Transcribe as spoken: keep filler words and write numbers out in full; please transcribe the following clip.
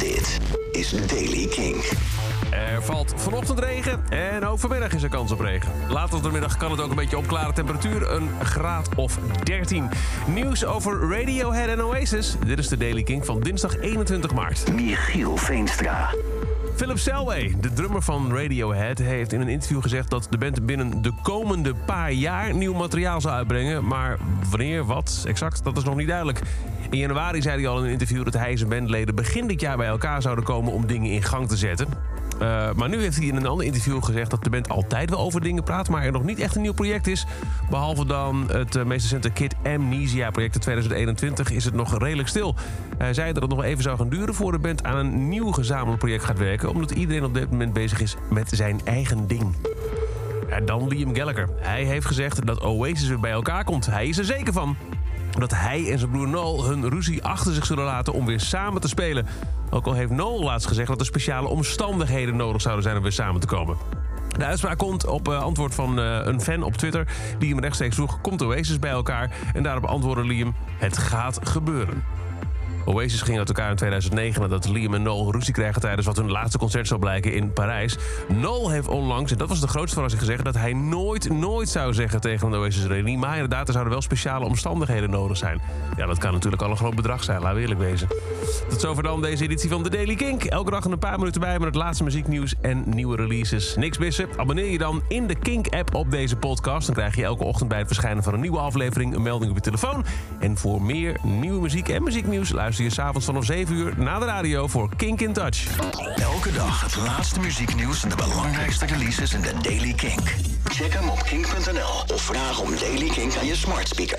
Dit is Daily King. Er valt vanochtend regen en ook vanmiddag is er kans op regen. Later op de middag kan het ook een beetje opklaren. Temperatuur een graad of dertien. Nieuws over Radiohead en Oasis. Dit is de Daily King van dinsdag eenentwintig maart. Michiel Veenstra. Philip Selway, de drummer van Radiohead, heeft in een interview gezegd dat de band binnen de komende paar jaar nieuw materiaal zal uitbrengen. Maar wanneer, wat, exact, dat is nog niet duidelijk. In januari zei hij al in een interview dat hij en zijn bandleden begin dit jaar bij elkaar zouden komen om dingen in gang te zetten. Uh, maar nu heeft hij in een ander interview gezegd dat de band altijd wel over dingen praat, maar er nog niet echt een nieuw project is. Behalve dan het uh, meest recente Kid Amnesia project in tweeduizend eenentwintig is het nog redelijk stil. Hij zei dat het nog even zou gaan duren voor de band aan een nieuw gezamenlijk project gaat werken, omdat iedereen op dit moment bezig is met zijn eigen ding. En dan Liam Gallagher. Hij heeft gezegd dat Oasis weer bij elkaar komt. Hij is er zeker van dat hij en zijn broer Noel hun ruzie achter zich zullen laten om weer samen te spelen. Ook al heeft Noel laatst gezegd dat er speciale omstandigheden nodig zouden zijn om weer samen te komen. De uitspraak komt op uh, antwoord van uh, een fan op Twitter die hem rechtstreeks vroeg: komt Oasis bij elkaar? En daarop antwoordde Liam: het gaat gebeuren. Oasis ging uit elkaar in tweeduizend negen nadat Liam en Noel ruzie krijgen tijdens wat hun laatste concert zou blijken in Parijs. Noel heeft onlangs, en dat was de grootste verrassing, gezegd dat hij nooit, nooit zou zeggen tegen een Oasis-reunie. Maar inderdaad, er zouden wel speciale omstandigheden nodig zijn. Ja, dat kan natuurlijk al een groot bedrag zijn, laten we eerlijk wezen. Tot zover dan deze editie van The Daily Kink. Elke dag een paar minuten bij met het laatste muzieknieuws en nieuwe releases. Niks missen? Abonneer je dan in de Kink-app op deze podcast. Dan krijg je elke ochtend bij het verschijnen van een nieuwe aflevering een melding op je telefoon. En voor meer nieuwe muziek en muzieknieuws luister je 's avonds vanaf zeven uur na de radio voor Kink in Touch. Elke dag het laatste muzieknieuws en de belangrijkste releases in de Daily Kink. Check hem op kink punt n l of vraag om Daily Kink aan je smart speaker.